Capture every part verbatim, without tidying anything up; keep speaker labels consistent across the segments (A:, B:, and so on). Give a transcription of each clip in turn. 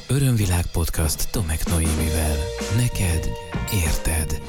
A: Örömvilág podcast Tomek Noémivel. Neked érted.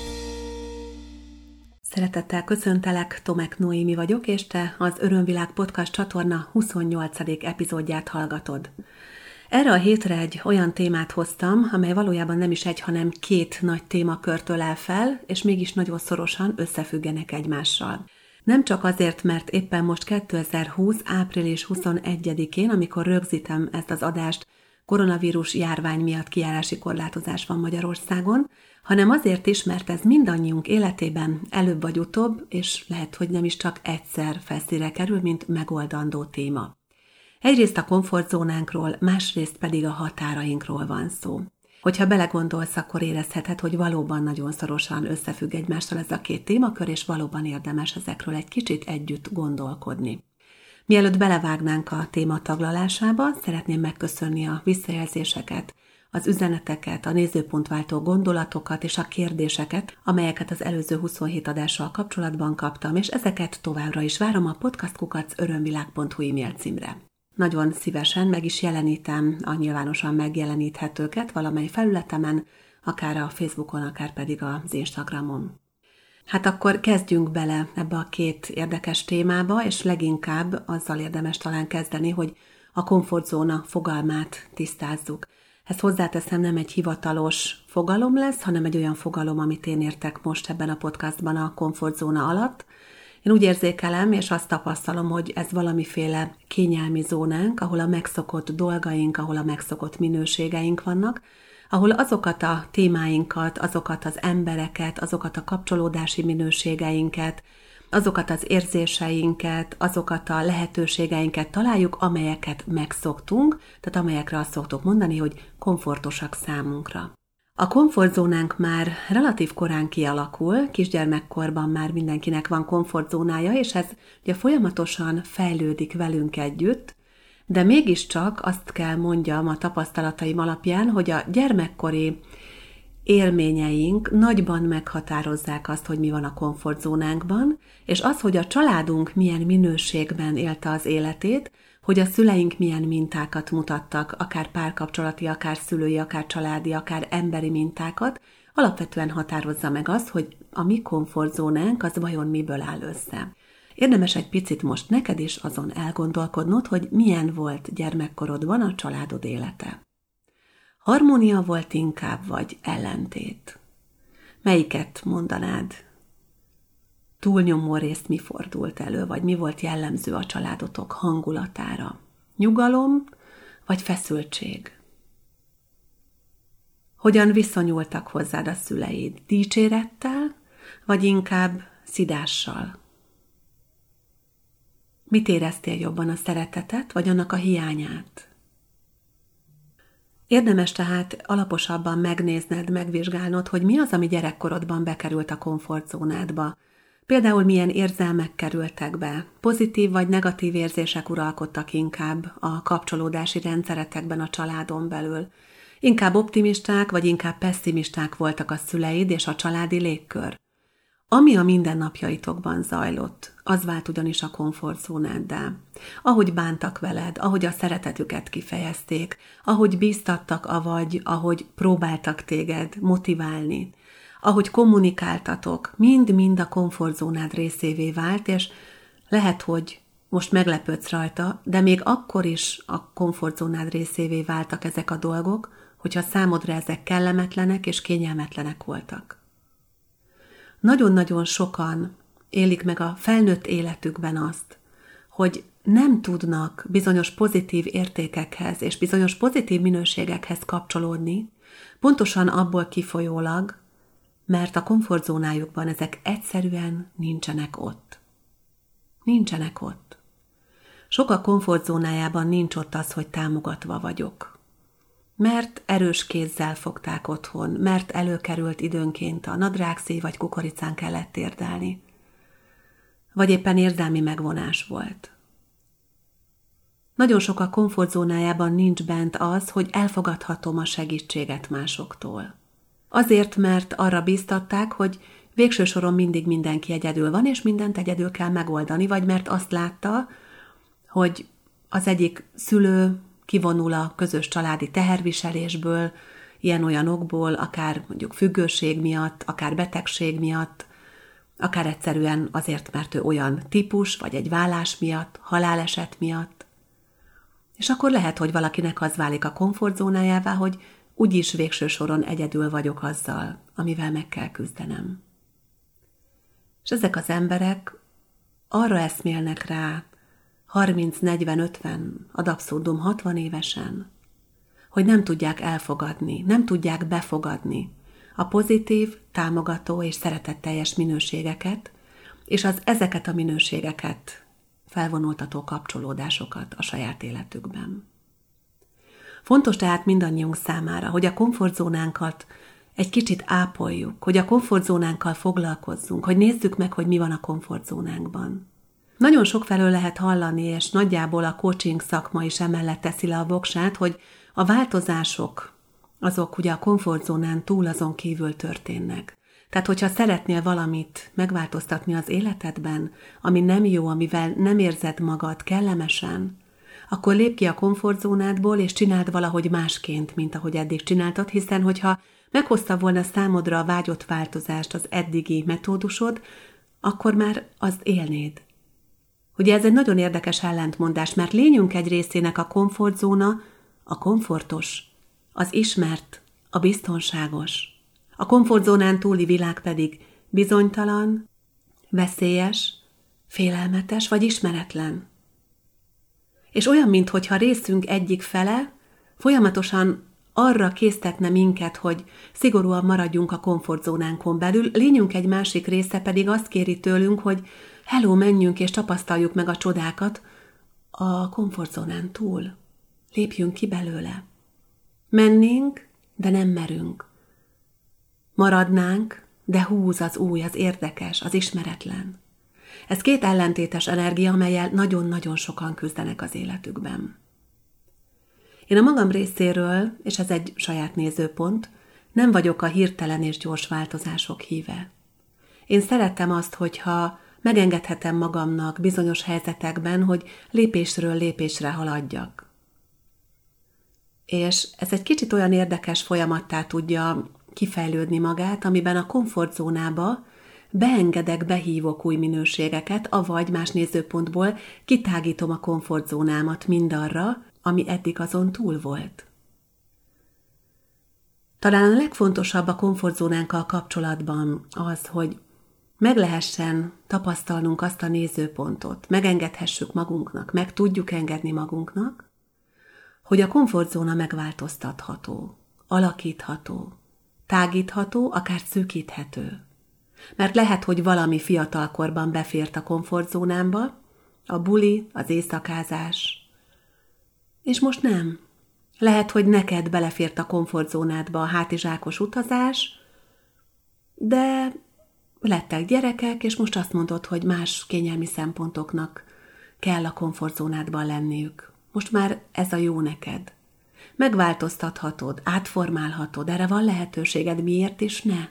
B: Szeretettel köszöntelek, Tomek Noémi vagyok, és te az Örömvilág podcast csatorna huszonnyolcadik epizódját hallgatod. Erre a hétre egy olyan témát hoztam, amely valójában nem is egy, hanem két nagy témakört ölel fel, és mégis nagyon szorosan összefüggenek egymással. Nem csak azért, mert éppen most kétezer-húsz. április huszonegyedikén, amikor rögzítem ezt az adást, koronavírus járvány miatt kijárási korlátozás van Magyarországon, hanem azért is, mert ez mindannyiunk életében előbb vagy utóbb, és lehet, hogy nem is csak egyszer felszínre kerül, mint megoldandó téma. Egyrészt a komfortzónánkról, másrészt pedig a határainkról van szó. Hogyha belegondolsz, akkor érezheted, hogy valóban nagyon szorosan összefügg egymással ez a két témakör, és valóban érdemes ezekről egy kicsit együtt gondolkodni. Mielőtt belevágnánk a téma taglalásába, szeretném megköszönni a visszajelzéseket, az üzeneteket, a nézőpontváltó gondolatokat és a kérdéseket, amelyeket az előző huszonhét adással kapcsolatban kaptam, és ezeket továbbra is várom a podcast kukac örömvilág pont hu e-mail címre. Nagyon szívesen meg is jelenítem a nyilvánosan megjeleníthetőket valamely felületemen, akár a Facebookon, akár pedig az Instagramon. Hát akkor kezdjünk bele ebbe a két érdekes témába, és leginkább azzal érdemes talán kezdeni, hogy a komfortzóna fogalmát tisztázzuk. Ezt hozzáteszem, nem egy hivatalos fogalom lesz, hanem egy olyan fogalom, amit én értek most ebben a podcastban a komfortzóna alatt. Én úgy érzékelem, és azt tapasztalom, hogy ez valamiféle kényelmi zónánk, ahol a megszokott dolgaink, ahol a megszokott minőségeink vannak, ahol azokat a témáinkat, azokat az embereket, azokat a kapcsolódási minőségeinket, azokat az érzéseinket, azokat a lehetőségeinket találjuk, amelyeket megszoktunk, tehát amelyekre azt szoktuk mondani, hogy komfortosak számunkra. A komfortzónánk már relatív korán kialakul, kisgyermekkorban már mindenkinek van komfortzónája, és ez ugye folyamatosan fejlődik velünk együtt, de mégiscsak azt kell mondjam a tapasztalataim alapján, hogy a gyermekkori élményeink nagyban meghatározzák azt, hogy mi van a komfortzónánkban, és az, hogy a családunk milyen minőségben élte az életét, hogy a szüleink milyen mintákat mutattak, akár párkapcsolati, akár szülői, akár családi, akár emberi mintákat, alapvetően határozza meg azt, hogy a mi komfortzónánk az vajon miből áll össze. Érdemes egy picit most neked is azon elgondolkodnod, hogy milyen volt gyermekkorodban a családod élete. Harmónia volt inkább, vagy ellentét? Melyiket mondanád? Túlnyomó részt mi fordult elő, vagy mi volt jellemző a családotok hangulatára? Nyugalom, vagy feszültség? Hogyan viszonyultak hozzád a szüleid? Dicsérettel, vagy inkább szidással? Mit éreztél jobban, a szeretetet, vagy annak a hiányát? Érdemes tehát alaposabban megnézned, megvizsgálnod, hogy mi az, ami gyerekkorodban bekerült a komfortzónádba. Például milyen érzelmek kerültek be, pozitív vagy negatív érzések uralkodtak inkább a kapcsolódási rendszeretekben a családon belül. Inkább optimisták vagy inkább pessimisták voltak a szüleid és a családi légkör. Ami a mindennapjaitokban zajlott, az vált ugyanis a komfortzónáddá. Ahogy bántak veled, ahogy a szeretetüket kifejezték, ahogy bíztattak, avagy ahogy próbáltak téged motiválni, ahogy kommunikáltatok, mind-mind a komfortzónád részévé vált, és lehet, hogy most meglepődsz rajta, de még akkor is a komfortzónád részévé váltak ezek a dolgok, hogyha számodra ezek kellemetlenek és kényelmetlenek voltak. Nagyon-nagyon sokan élik meg a felnőtt életükben azt, hogy nem tudnak bizonyos pozitív értékekhez és bizonyos pozitív minőségekhez kapcsolódni, pontosan abból kifolyólag, mert a komfortzónájukban ezek egyszerűen nincsenek ott. Nincsenek ott. Sok a komfortzónájában nincs ott az, hogy támogatva vagyok. Mert erős kézzel fogták otthon, mert előkerült időnként a nadrágszíj vagy kukoricán kellett térdelni. Vagy éppen érzelmi megvonás volt. Nagyon sok a komfortzónájában nincs bent az, hogy elfogadhatom a segítséget másoktól. Azért, mert arra bíztatták, hogy végső soron mindig mindenki egyedül van, és mindent egyedül kell megoldani, vagy mert azt látta, hogy az egyik szülő kivonul a közös családi teherviselésből, ilyen-olyan okból, akár mondjuk függőség miatt, akár betegség miatt, akár egyszerűen azért, mert ő olyan típus, vagy egy vállás miatt, haláleset miatt. És akkor lehet, hogy valakinek az válik a komfortzónájává, hogy úgyis végső soron egyedül vagyok azzal, amivel meg kell küzdenem. És ezek az emberek arra eszmélnek rá harminc, negyven, ötven, ad abszurdum hatvan évesen, hogy nem tudják elfogadni, nem tudják befogadni a pozitív, támogató és szeretetteljes minőségeket, és az ezeket a minőségeket felvonultató kapcsolódásokat a saját életükben. Fontos tehát mindannyiunk számára, hogy a komfortzónánkat egy kicsit ápoljuk, hogy a komfortzónánkkal foglalkozzunk, hogy nézzük meg, hogy mi van a komfortzónánkban. Nagyon sokfelől lehet hallani, és nagyjából a coaching szakma is emellett teszi le a voksát, hogy a változások azok ugye a komfortzónán túl azon kívül történnek. Tehát, hogyha szeretnél valamit megváltoztatni az életedben, ami nem jó, amivel nem érzed magad kellemesen, akkor lépj ki a komfortzónádból, és csináld valahogy másként, mint ahogy eddig csináltad, hiszen hogyha meghozta volna számodra a vágyott változást az eddigi metódusod, akkor már azt élnéd. Ugye ez egy nagyon érdekes ellentmondás, mert lényünk egy részének a komfortzóna a komfortos, az ismert, a biztonságos. A komfortzónán túli világ pedig bizonytalan, veszélyes, félelmetes vagy ismeretlen. És olyan, minthogyha részünk egyik fele folyamatosan arra késztetne minket, hogy szigorúan maradjunk a komfortzónánkon belül, lényünk egy másik része pedig azt kéri tőlünk, hogy hello, menjünk és tapasztaljuk meg a csodákat a komfortzónán túl. Lépjünk ki belőle. Mennénk, de nem merünk. Maradnánk, de húz az új, az érdekes, az ismeretlen. Ez két ellentétes energia, amellyel nagyon-nagyon sokan küzdenek az életükben. Én a magam részéről, és ez egy saját nézőpont, nem vagyok a hirtelen és gyors változások híve. Én szeretem azt, hogyha megengedhetem magamnak bizonyos helyzetekben, hogy lépésről lépésre haladjak. És ez egy kicsit olyan érdekes folyamattá tudja kifejlődni magát, amiben a komfortzónába beengedek, behívok új minőségeket, avagy más nézőpontból kitágítom a komfortzónámat mindarra, ami eddig azon túl volt. Talán a legfontosabb a komfortzónánkkal kapcsolatban az, hogy meg lehessen tapasztalnunk azt a nézőpontot, megengedhessük magunknak, meg tudjuk engedni magunknak, hogy a komfortzóna megváltoztatható, alakítható, tágítható, akár szűkíthető. Mert lehet, hogy valami fiatalkorban befért a komfortzónámba, a buli, az éjszakázás, és most nem. Lehet, hogy neked belefért a komfortzónádba a hátizsákos utazás, de lettek gyerekek, és most azt mondod, hogy más kényelmi szempontoknak kell a komfortzónádban lenniük. Most már ez a jó neked. Megváltoztathatod, átformálhatod, erre van lehetőséged, miért is ne?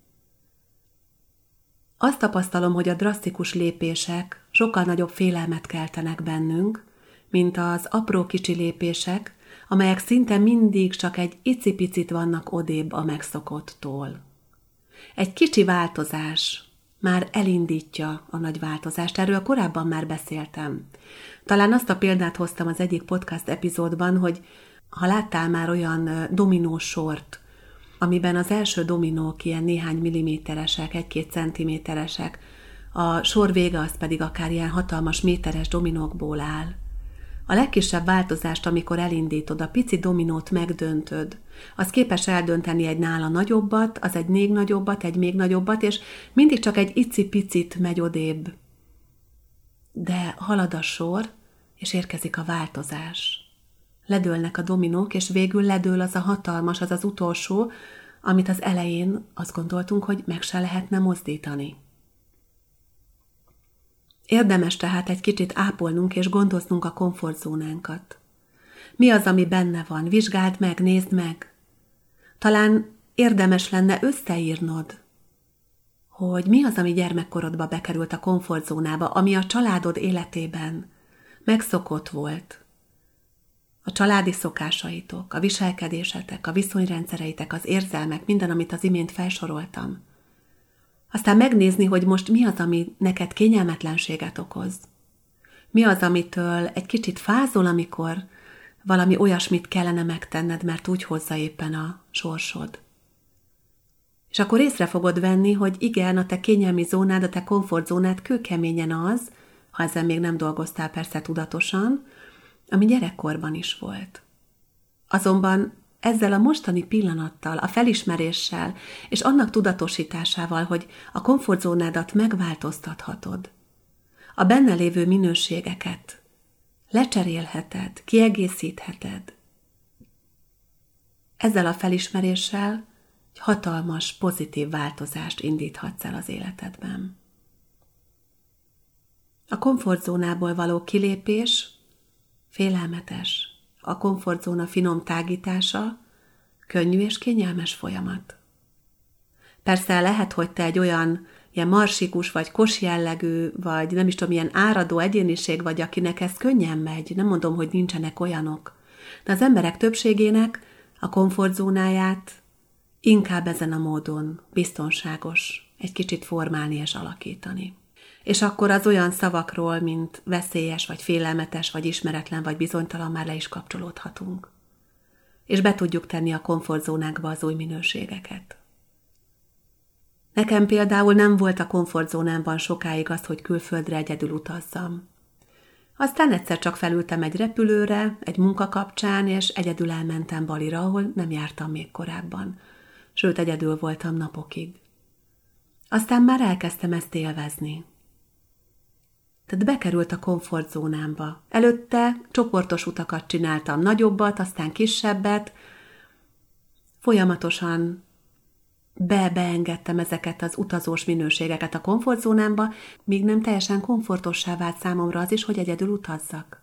B: Azt tapasztalom, hogy a drasztikus lépések sokkal nagyobb félelmet keltenek bennünk, mint az apró kicsi lépések, amelyek szinte mindig csak egy icipicit vannak odébb a megszokottól. Egy kicsi változás már elindítja a nagy változást, erről korábban már beszéltem. Talán azt a példát hoztam az egyik podcast epizódban, hogy ha láttál már olyan dominós sort, amiben az első dominók ilyen néhány milliméteresek, egy-két centiméteresek, a sor vége az pedig akár ilyen hatalmas méteres dominókból áll. A legkisebb változást, amikor elindítod, a pici dominót megdöntöd, az képes eldönteni egy nála nagyobbat, az egy még nagyobbat, egy még nagyobbat, és mindig csak egy icipicit megy odébb. De halad a sor, és érkezik a változás. Ledőlnek a dominók, és végül ledől az a hatalmas, az az utolsó, amit az elején azt gondoltunk, hogy meg se lehetne mozdítani. Érdemes tehát egy kicsit ápolnunk és gondoznunk a komfortzónánkat. Mi az, ami benne van? Vizsgáld meg, nézd meg. Talán érdemes lenne összeírnod, hogy mi az, ami gyermekkorodba bekerült a komfortzónába, ami a családod életében megszokott volt, A családi szokásaitok, a viselkedésetek, a viszonyrendszereitek, az érzelmek, minden, amit az imént felsoroltam. Aztán megnézni, hogy most mi az, ami neked kényelmetlenséget okoz. Mi az, amitől egy kicsit fázol, amikor valami olyasmit kellene megtenned, mert úgy hozza éppen a sorsod. És akkor észre fogod venni, hogy igen, a te kényelmi zónád, a te komfortzónád kőkeményen az, ha ezzel még nem dolgoztál persze tudatosan, ami gyerekkorban is volt. Azonban ezzel a mostani pillanattal, a felismeréssel és annak tudatosításával, hogy a komfortzónádat megváltoztathatod, a benne lévő minőségeket lecserélheted, kiegészítheted. Ezzel a felismeréssel egy hatalmas, pozitív változást indíthatsz el az életedben. A komfortzónából való kilépés félelmetes. A komfortzóna finom tágítása könnyű és kényelmes folyamat. Persze lehet, hogy te egy olyan ilyen marsikus, vagy kos jellegű, vagy nem is tudom, ilyen áradó egyéniség vagy, akinek ez könnyen megy. Nem mondom, hogy nincsenek olyanok. De az emberek többségének a komfortzónáját inkább ezen a módon biztonságos egy kicsit formálni és alakítani. És akkor az olyan szavakról, mint veszélyes, vagy félelmetes, vagy ismeretlen, vagy bizonytalan már le is kapcsolódhatunk. És be tudjuk tenni a komfortzónákba az új minőségeket. Nekem például nem volt a komfortzónámban sokáig az, hogy külföldre egyedül utazzam. Aztán egyszer csak felültem egy repülőre, egy munka kapcsán, és egyedül elmentem Balira, ahol nem jártam még korábban. Sőt, egyedül voltam napokig. Aztán már elkezdtem ezt élvezni. Tehát bekerült a komfortzónámba. Előtte csoportos utakat csináltam, nagyobbat, aztán kisebbet. Folyamatosan be-beengedtem ezeket az utazós minőségeket a komfortzónámba, míg nem teljesen komfortossá vált számomra az is, hogy egyedül utazzak.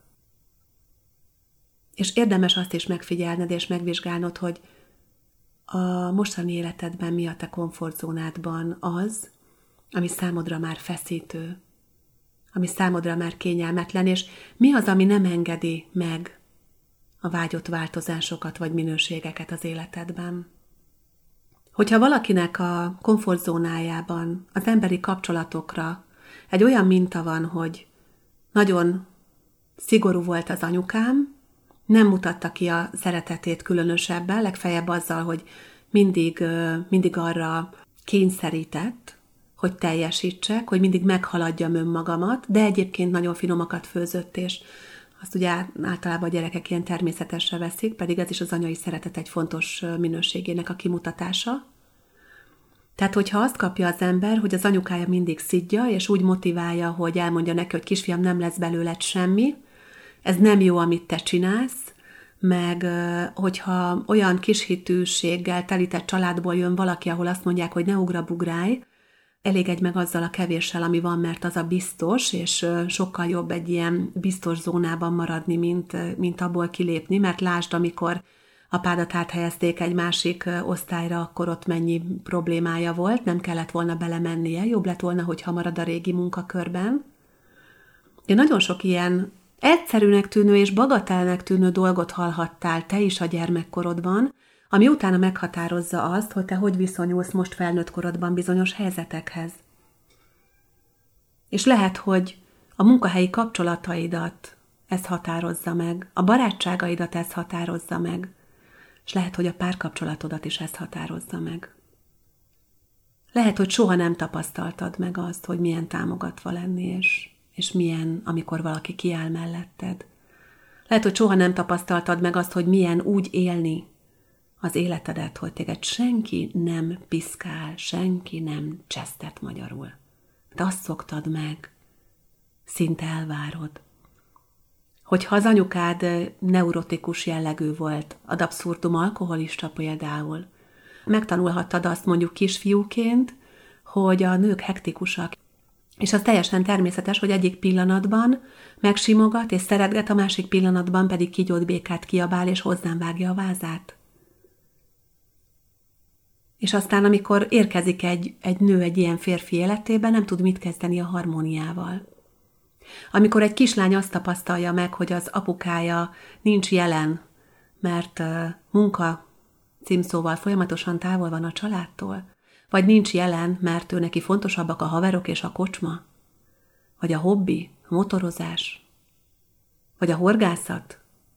B: És érdemes azt is megfigyelned és megvizsgálnod, hogy a mostani életedben mi a te komfortzónádban az, ami számodra már feszítő, ami számodra már kényelmetlen, és mi az, ami nem engedi meg a vágyott változásokat vagy minőségeket az életedben. Hogyha valakinek a komfortzónájában az emberi kapcsolatokra egy olyan minta van, hogy nagyon szigorú volt az anyukám, nem mutatta ki a szeretetét különösebben, legfeljebb azzal, hogy mindig, mindig arra kényszerített, hogy teljesítsek, hogy mindig meghaladjam önmagamat, de egyébként nagyon finomakat főzött, és azt ugye általában a gyerekek ilyen természetesre veszik, pedig ez is az anyai szeretet egy fontos minőségének a kimutatása. Tehát, hogyha azt kapja az ember, hogy az anyukája mindig szidja, és úgy motiválja, hogy elmondja neki, hogy kisfiam, nem lesz belőled semmi, ez nem jó, amit te csinálsz, meg hogyha olyan kishitűséggel telített családból jön valaki, ahol azt mondják, hogy ne ugrabugrálj, elégedj meg azzal a kevéssel, ami van, mert az a biztos, és sokkal jobb egy ilyen biztos zónában maradni, mint, mint abból kilépni, mert lásd, amikor apádat áthelyezték egy másik osztályra, akkor ott mennyi problémája volt, nem kellett volna belemennie, jobb lett volna, hogyha marad a régi munkakörben. Én nagyon sok ilyen egyszerűnek tűnő és bagatelnek tűnő dolgot hallhattál te is a gyermekkorodban, ami utána meghatározza azt, hogy te hogy viszonyulsz most felnőtt korodban bizonyos helyzetekhez. És lehet, hogy a munkahelyi kapcsolataidat ez határozza meg, a barátságaidat ez határozza meg, és lehet, hogy a párkapcsolatodat is ez határozza meg. Lehet, hogy soha nem tapasztaltad meg azt, hogy milyen támogatva lenni, és, és milyen, amikor valaki kiáll melletted. Lehet, hogy soha nem tapasztaltad meg azt, hogy milyen úgy élni az életedet, hogy téged senki nem piszkál, senki nem csesztet magyarul. Te azt szoktad meg, szinte elvárod. Hogyha az anyukád neurotikus jellegű volt, ad abszurdum alkoholista például, megtanulhattad azt mondjuk kisfiúként, hogy a nők hektikusak, és az teljesen természetes, hogy egyik pillanatban megsimogat és szeretget, a másik pillanatban pedig kígyót békát kiabál és hozzám vágja a vázát. És aztán, amikor érkezik egy, egy nő egy ilyen férfi életében, nem tud mit kezdeni a harmóniával. Amikor egy kislány azt tapasztalja meg, hogy az apukája nincs jelen, mert munka címszóval folyamatosan távol van a családtól, vagy nincs jelen, mert ő neki fontosabbak a haverok és a kocsma, vagy a hobbi, a motorozás, vagy a horgászat,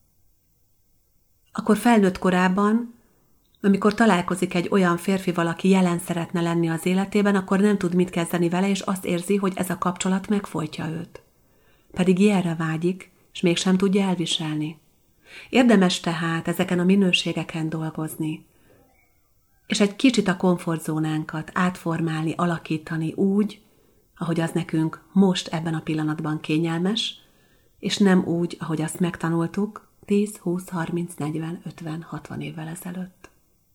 B: akkor felnőtt korában, amikor találkozik egy olyan férfival, aki jelen szeretne lenni az életében, akkor nem tud mit kezdeni vele, és azt érzi, hogy ez a kapcsolat megfojtja őt. Pedig ilyenre vágyik, és mégsem tudja elviselni. Érdemes tehát ezeken a minőségeken dolgozni, és egy kicsit a komfortzónánkat átformálni, alakítani úgy, ahogy az nekünk most ebben a pillanatban kényelmes, és nem úgy, ahogy azt megtanultuk tíz, húsz, harminc, negyven, ötven, hatvan évvel ezelőtt.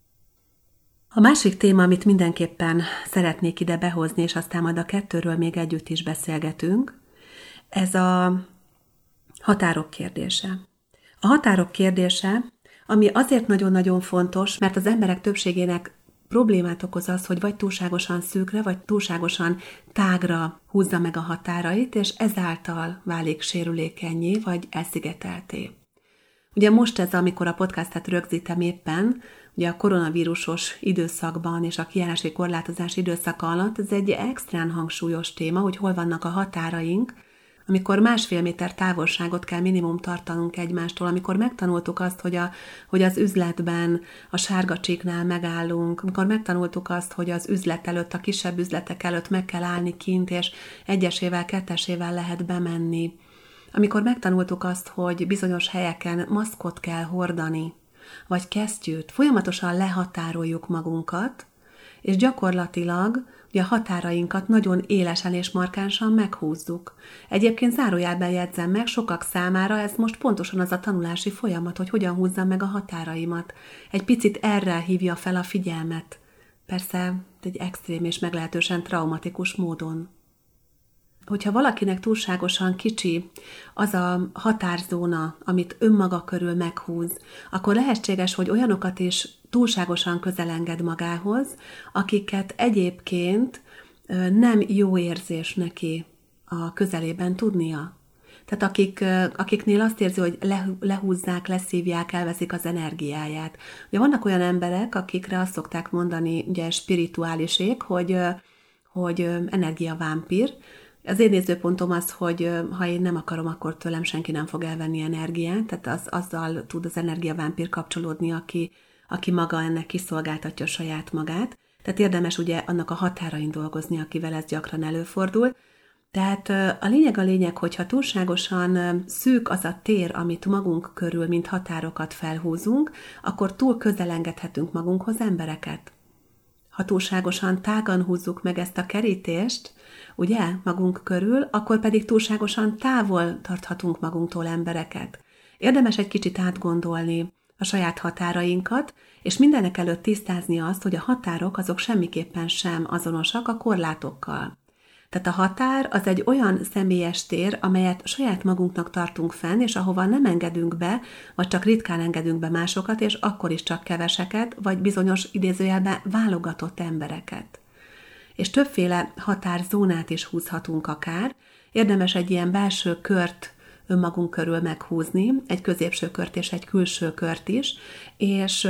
B: A másik téma, amit mindenképpen szeretnék ide behozni, és aztán majd a kettőről még együtt is beszélgetünk, ez a határok kérdése. A határok kérdése, ami azért nagyon-nagyon fontos, mert az emberek többségének problémát okoz az, hogy vagy túlságosan szűkre, vagy túlságosan tágra húzza meg a határait, és ezáltal válik sérülékennyé, vagy elszigetelté. Ugye most ez, amikor a podcastet rögzítem éppen, ugye a koronavírusos időszakban és a kijárási korlátozás időszaka alatt, ez egy extrán hangsúlyos téma, hogy hol vannak a határaink, amikor másfél méter távolságot kell minimum tartanunk egymástól, amikor megtanultuk azt, hogy, a, hogy az üzletben a sárga csíknál megállunk, amikor megtanultuk azt, hogy az üzlet előtt, a kisebb üzletek előtt meg kell állni kint, és egyesével, kettesével lehet bemenni, amikor megtanultuk azt, hogy bizonyos helyeken maszkot kell hordani, vagy kesztyűt, folyamatosan lehatároljuk magunkat, és gyakorlatilag ugye a határainkat nagyon élesen és markánsan meghúzzuk. Egyébként zárójelben jegyzem meg, sokak számára ez most pontosan az a tanulási folyamat, hogy hogyan húzzam meg a határaimat. Egy picit erre hívja fel a figyelmet. Persze egy extrém és meglehetősen traumatikus módon. Hogyha valakinek túlságosan kicsi az a határzóna, amit önmaga körül meghúz, akkor lehetséges, hogy olyanokat is túlságosan közel enged magához, akiket egyébként nem jó érzés neki a közelében tudnia. Tehát akik, akiknél azt érzi, hogy lehúzzák, leszívják, elveszik az energiáját. Ugye vannak olyan emberek, akikre azt szokták mondani, ugye spirituáliség, hogy, hogy energiavámpír. Az én nézőpontom az, hogy ha én nem akarom, akkor tőlem senki nem fog elvenni energiát, tehát az, azzal tud az energiavámpír kapcsolódni, aki, aki maga ennek kiszolgáltatja saját magát. Tehát érdemes ugye annak a határain dolgozni, akivel ez gyakran előfordul. Tehát a lényeg a lényeg, hogyha túlságosan szűk az a tér, amit magunk körül, mint határokat felhúzunk, akkor túl közel engedhetünk magunkhoz embereket. Ha túlságosan tágan húzzuk meg ezt a kerítést, ugye, magunk körül, akkor pedig túlságosan távol tarthatunk magunktól embereket. Érdemes egy kicsit átgondolni a saját határainkat, és mindenek előtt tisztázni azt, hogy a határok azok semmiképpen sem azonosak a korlátokkal. Tehát a határ az egy olyan személyes tér, amelyet saját magunknak tartunk fenn, és ahova nem engedünk be, vagy csak ritkán engedünk be másokat, és akkor is csak keveseket, vagy bizonyos idézőjelben válogatott embereket. És többféle határzónát is húzhatunk akár. Érdemes egy ilyen belső kört önmagunk körül meghúzni, egy középső kört és egy külső kört is, és,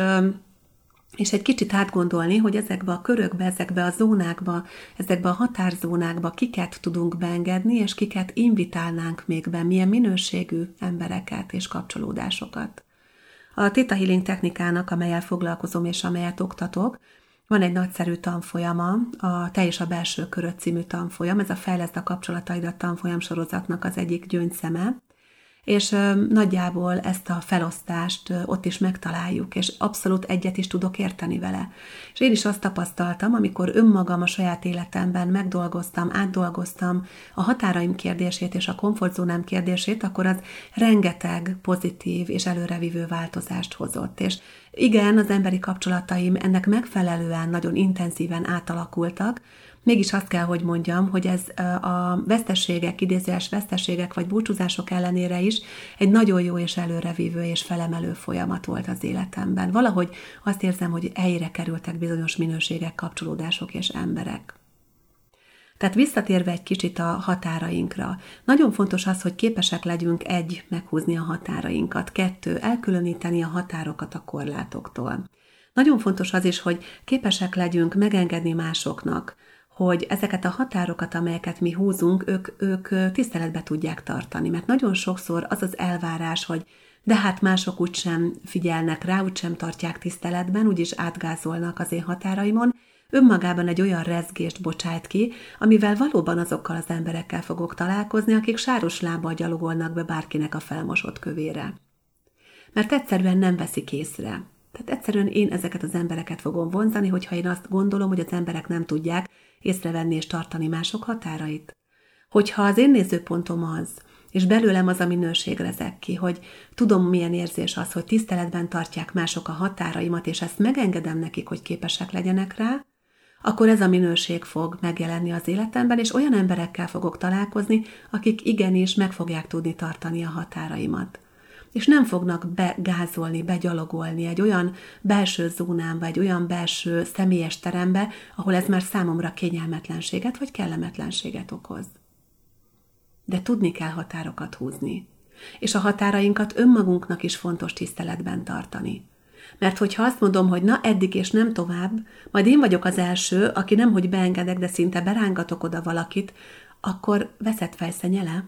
B: és egy kicsit átgondolni, hogy ezekbe a körökbe, ezekbe a zónákba, ezekbe a határzónákba kiket tudunk beengedni, és kiket invitálnánk még be, milyen minőségű embereket és kapcsolódásokat. A Theta Healing technikának, amellyel foglalkozom és amelyet oktatok, van egy nagyszerű tanfolyama, a Te és a belső köröd című tanfolyam, ez a Fejleszd a kapcsolataidat tanfolyam sorozatnak az egyik gyöngyszeme, és nagyjából ezt a felosztást ott is megtaláljuk, és abszolút egyet is tudok érteni vele. És én is azt tapasztaltam, amikor önmagam a saját életemben megdolgoztam, átdolgoztam a határaim kérdését és a komfortzónám kérdését, akkor az rengeteg pozitív és előrevívő változást hozott. És igen, az emberi kapcsolataim ennek megfelelően nagyon intenzíven átalakultak, mégis azt kell, hogy mondjam, hogy ez a veszteségek, idézőjeles veszteségek vagy búcsúzások ellenére is egy nagyon jó és előrevívő és felemelő folyamat volt az életemben. Valahogy azt érzem, hogy helyre kerültek bizonyos minőségek, kapcsolódások és emberek. Tehát visszatérve egy kicsit a határainkra, nagyon fontos az, hogy képesek legyünk egy, meghúzni a határainkat, kettő, elkülöníteni a határokat a korlátoktól. Nagyon fontos az is, hogy képesek legyünk megengedni másoknak, hogy ezeket a határokat, amelyeket mi húzunk, ők, ők tiszteletbe tudják tartani. Mert nagyon sokszor az az elvárás, hogy de hát mások úgysem figyelnek rá, úgysem tartják tiszteletben, úgyis átgázolnak az én határaimon, önmagában egy olyan rezgést bocsájt ki, amivel valóban azokkal az emberekkel fogok találkozni, akik sáros lábbal gyalogolnak be bárkinek a felmosott kövére. Mert egyszerűen nem veszik észre. Tehát egyszerűen én ezeket az embereket fogom vonzani, hogyha én azt gondolom, hogy az emberek nem tudják észrevenni és tartani mások határait. Hogyha az én nézőpontom az, és belőlem az a minőség rezeg ki, hogy tudom, milyen érzés az, hogy tiszteletben tartják mások a határaimat, és ezt megengedem nekik, hogy képesek legyenek rá, akkor ez a minőség fog megjelenni az életemben, és olyan emberekkel fogok találkozni, akik igenis meg fogják tudni tartani a határaimat. És nem fognak begázolni, begyalogolni egy olyan belső zónámba, egy olyan belső személyes terembe, ahol ez már számomra kényelmetlenséget vagy kellemetlenséget okoz. De tudni kell határokat húzni. És a határainkat önmagunknak is fontos tiszteletben tartani. Mert hogyha azt mondom, hogy na eddig és nem tovább, majd én vagyok az első, aki nemhogy beengedek, de szinte berángatok oda valakit, akkor veszett fejszenyele.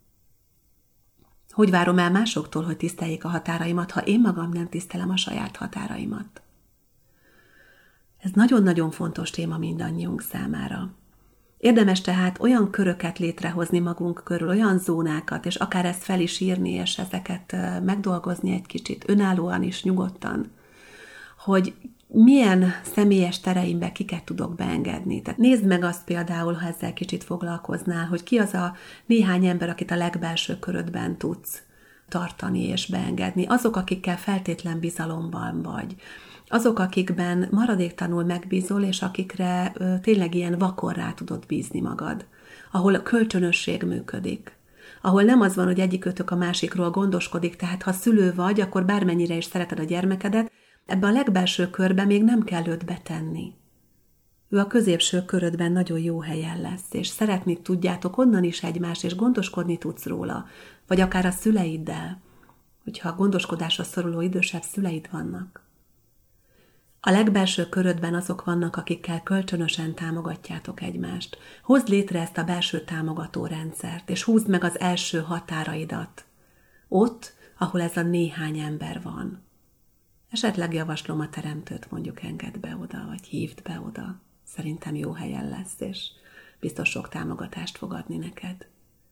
B: Hogy várom el másoktól, hogy tiszteljék a határaimat, ha én magam nem tisztelem a saját határaimat? Ez nagyon-nagyon fontos téma mindannyiunk számára. Érdemes tehát olyan köröket létrehozni magunk körül, olyan zónákat, és akár ezt fel is írni, és ezeket megdolgozni egy kicsit, önállóan is, nyugodtan, hogy milyen személyes tereimbe kiket tudok beengedni. Tehát nézd meg azt például, ha ezzel kicsit foglalkoznál, hogy ki az a néhány ember, akit a legbelső körödben tudsz tartani és beengedni. Azok, akikkel feltétlen bizalomban vagy. Azok, akikben maradéktalanul megbízol, és akikre ö, tényleg ilyen vakon rá tudod bízni magad. Ahol a kölcsönösség működik. Ahol nem az van, hogy egyikőtök a másikról gondoskodik, tehát ha szülő vagy, akkor bármennyire is szereted a gyermekedet, ebben a legbelső körben még nem kell őt betenni. Ő a középső körödben nagyon jó helyen lesz, és szeretni tudjátok onnan is egymást, és gondoskodni tudsz róla, vagy akár a szüleiddel, hogyha a gondoskodásra szoruló idősebb szüleid vannak. A legbelső körödben azok vannak, akikkel kölcsönösen támogatjátok egymást. Hozd létre ezt a belső támogató rendszert, és húzd meg az első határaidat. Ott, ahol ez a néhány ember van. Esetleg javaslom a teremtőt, mondjuk engedd be oda, vagy hívd be oda. Szerintem jó helyen lesz, és biztos sok támogatást fog adni neked.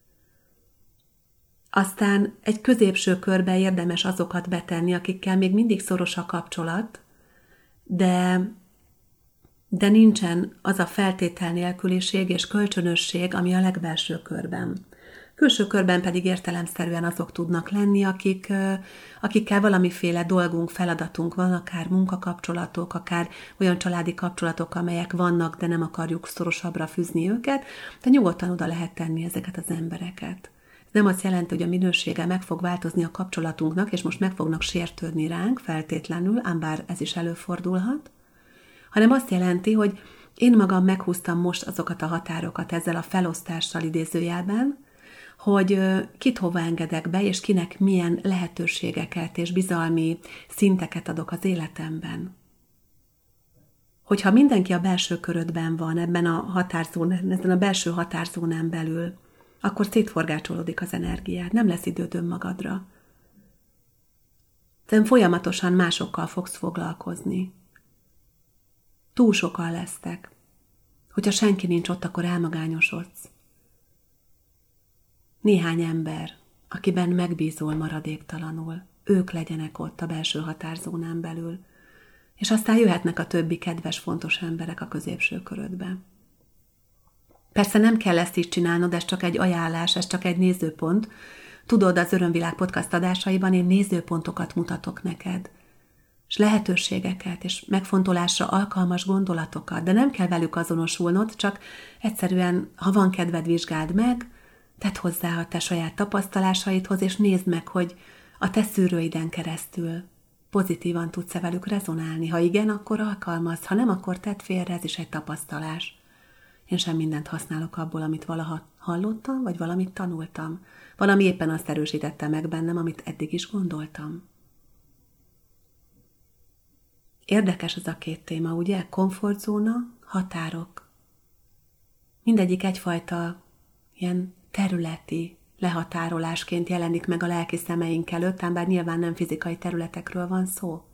B: Aztán egy középső körbe érdemes azokat betenni, akikkel még mindig szoros a kapcsolat, de, de nincsen az a feltétel nélküliség és kölcsönösség, ami a legbelső körben. Külső körben pedig értelemszerűen azok tudnak lenni, akik, akikkel valamiféle dolgunk, feladatunk van, akár munkakapcsolatok, akár olyan családi kapcsolatok, amelyek vannak, de nem akarjuk szorosabbra fűzni őket, de nyugodtan oda lehet tenni ezeket az embereket. Ez nem azt jelenti, hogy a minősége meg fog változni a kapcsolatunknak, és most meg fognak sértődni ránk feltétlenül, ám bár ez is előfordulhat, hanem azt jelenti, hogy én magam meghúztam most azokat a határokat ezzel a felosztással idézőjelben, hogy kit hova engedek be, és kinek milyen lehetőségeket és bizalmi szinteket adok az életemben. Hogyha mindenki a belső körödben van, ebben a határzónán, ezen a belső határzónán belül, akkor szétforgácsolódik az energiád, nem lesz időd önmagadra. Te folyamatosan másokkal fogsz foglalkozni. Túl sokan lesztek. Hogyha senki nincs ott, akkor elmagányosodsz. Néhány ember, akiben megbízol maradéktalanul, ők legyenek ott a belső határzónán belül, és aztán jöhetnek a többi kedves, fontos emberek a középső körödbe. Persze nem kell ezt is csinálnod, ez csak egy ajánlás, ez csak egy nézőpont. Tudod, az Örömvilág podcast adásaiban én nézőpontokat mutatok neked, és lehetőségeket, és megfontolásra alkalmas gondolatokat, de nem kell velük azonosulnod, csak egyszerűen, ha van kedved, vizsgáld meg, tedd hozzá a te saját tapasztalásaidhoz, és nézd meg, hogy a te szűrőiden keresztül pozitívan tudsz-e velük rezonálni. Ha igen, akkor alkalmazd, ha nem, akkor tedd félre, ez is egy tapasztalás. Én sem mindent használok abból, amit valaha hallottam, vagy valamit tanultam. Valami éppen azt erősítette meg bennem, amit eddig is gondoltam. Érdekes ez a két téma, ugye? Komfortzóna, határok. Mindegyik egyfajta ilyen területi lehatárolásként jelenik meg a lelki szemeink előtt, ám bár nyilván nem fizikai területekről van szó.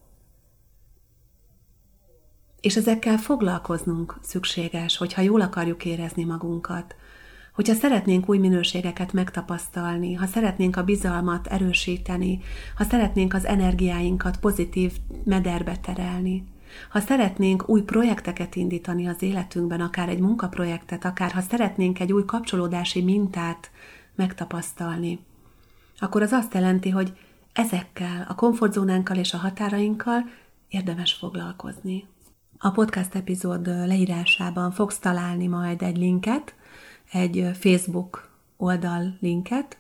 B: És ezekkel foglalkoznunk szükséges, hogyha jól akarjuk érezni magunkat, hogyha szeretnénk új minőségeket megtapasztalni, ha szeretnénk a bizalmat erősíteni, ha szeretnénk az energiáinkat pozitív mederbe terelni, ha szeretnénk új projekteket indítani az életünkben, akár egy munkaprojektet, akár ha szeretnénk egy új kapcsolódási mintát megtapasztalni, akkor az azt jelenti, hogy ezekkel, a komfortzónánkkal és a határainkkal érdemes foglalkozni. A podcast epizód leírásában fogsz találni majd egy linket, egy Facebook oldal linket,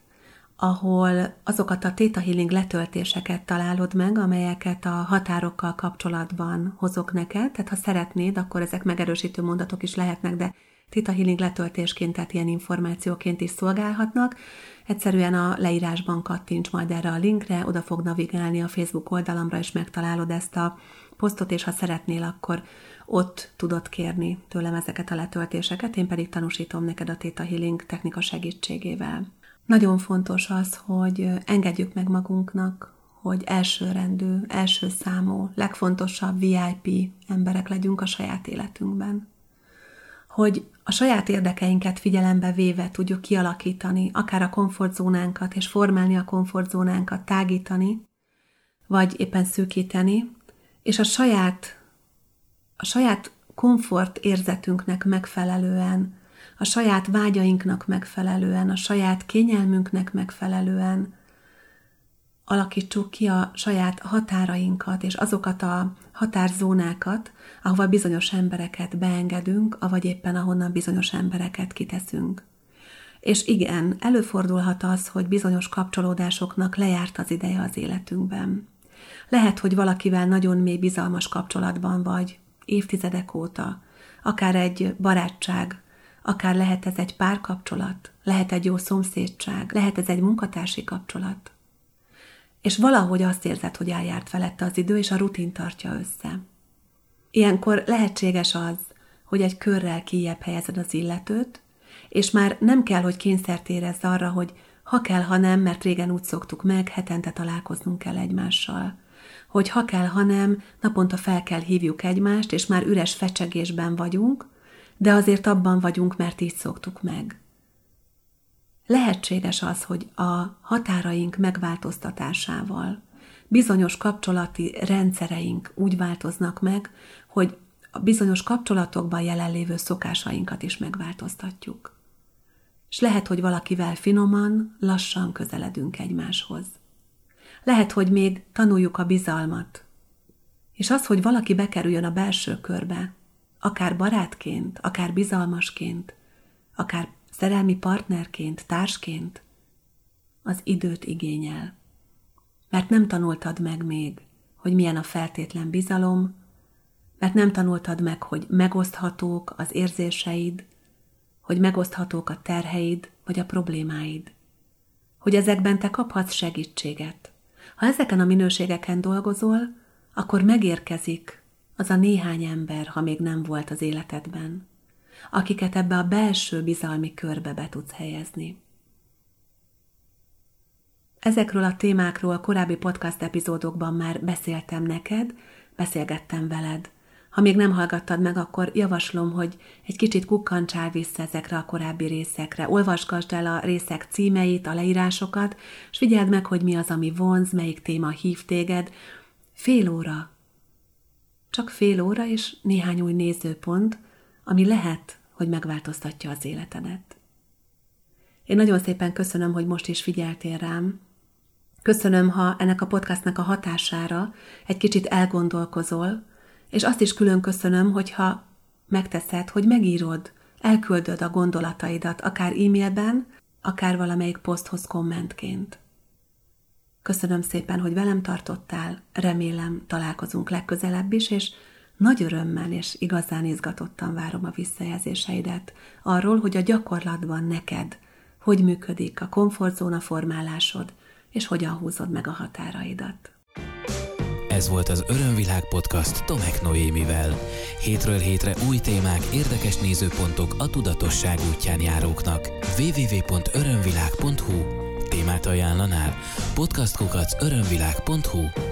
B: ahol azokat a Theta Healing letöltéseket találod meg, amelyeket a határokkal kapcsolatban hozok neked. Tehát ha szeretnéd, akkor ezek megerősítő mondatok is lehetnek, de Theta Healing letöltésként, tehát ilyen információként is szolgálhatnak. Egyszerűen a leírásban kattints majd erre a linkre, oda fog navigálni a Facebook oldalamra, és megtalálod ezt a posztot, és ha szeretnél, akkor ott tudod kérni tőlem ezeket a letöltéseket, én pedig tanúsítom neked a Theta Healing technika segítségével. Nagyon fontos az, hogy engedjük meg magunknak, hogy elsőrendű, első számú, legfontosabb vé i pé emberek legyünk a saját életünkben. Hogy a saját érdekeinket figyelembe véve tudjuk kialakítani, akár a komfortzónánkat, és formálni a komfortzónánkat, tágítani, vagy éppen szűkíteni, és a saját, a saját komfort érzetünknek megfelelően, a saját vágyainknak megfelelően, a saját kényelmünknek megfelelően alakítsuk ki a saját határainkat, és azokat a határzónákat, ahova bizonyos embereket beengedünk, avagy éppen ahonnan bizonyos embereket kiteszünk. És igen, előfordulhat az, hogy bizonyos kapcsolódásoknak lejárt az ideje az életünkben. Lehet, hogy valakivel nagyon mély bizalmas kapcsolatban vagy, évtizedek óta, akár egy barátság, akár lehet ez egy párkapcsolat, lehet egy jó szomszédság, lehet ez egy munkatársi kapcsolat. És valahogy azt érzed, hogy eljárt felette az idő, és a rutin tartja össze. Ilyenkor lehetséges az, hogy egy körrel kijjebb helyezed az illetőt, és már nem kell, hogy kényszert érezz arra, hogy ha kell, ha nem, mert régen úgy szoktuk meg, hetente találkoznunk kell egymással. Hogy ha kell, ha nem, naponta fel kell hívjuk egymást, és már üres fecsegésben vagyunk, de azért abban vagyunk, mert így szoktuk meg. Lehetséges az, hogy a határaink megváltoztatásával bizonyos kapcsolati rendszereink úgy változnak meg, hogy a bizonyos kapcsolatokban jelenlévő szokásainkat is megváltoztatjuk. És lehet, hogy valakivel finoman, lassan közeledünk egymáshoz. Lehet, hogy még tanuljuk a bizalmat. És az, hogy valaki bekerüljön a belső körbe, akár barátként, akár bizalmasként, akár szerelmi partnerként, társként, az időt igényel. Mert nem tanultad meg még, hogy milyen a feltétlen bizalom, mert nem tanultad meg, hogy megoszthatók az érzéseid, hogy megoszthatók a terheid vagy a problémáid, hogy ezekben te kaphatsz segítséget. Ha ezeken a minőségeken dolgozol, akkor megérkezik az a néhány ember, ha még nem volt az életedben, akiket ebbe a belső bizalmi körbe be tudsz helyezni. Ezekről a témákról a korábbi podcast epizódokban már beszéltem neked, beszélgettem veled. Ha még nem hallgattad meg, akkor javaslom, hogy egy kicsit kukkantsál vissza ezekre a korábbi részekre. Olvasgasd el a részek címeit, a leírásokat, és figyeld meg, hogy mi az, ami vonz, melyik téma hív téged. Fél óra. Csak fél óra és néhány új nézőpont, ami lehet, hogy megváltoztatja az életedet. Én nagyon szépen köszönöm, hogy most is figyeltél rám. Köszönöm, ha ennek a podcastnak a hatására egy kicsit elgondolkozol, és azt is külön köszönöm, hogyha megteszed, hogy megírod, elküldöd a gondolataidat, akár e-mailben, akár valamelyik poszthoz kommentként. Köszönöm szépen, hogy velem tartottál, remélem találkozunk legközelebb is, és Nagy örömmel és igazán izgatottan várom a visszajelzéseidet arról, hogy a gyakorlatban neked hogy működik a komfortzóna formálásod, és hogyan húzod meg a határaidat.
A: Ez volt az Örömvilág Podcast Tomek Noémivel. Hétről hétre új témák, érdekes nézőpontok a tudatosság útján járóknak. double-u double-u double-u pont örömvilág pont hu Témát ajánlanál? podcast kukac örömvilág pont hu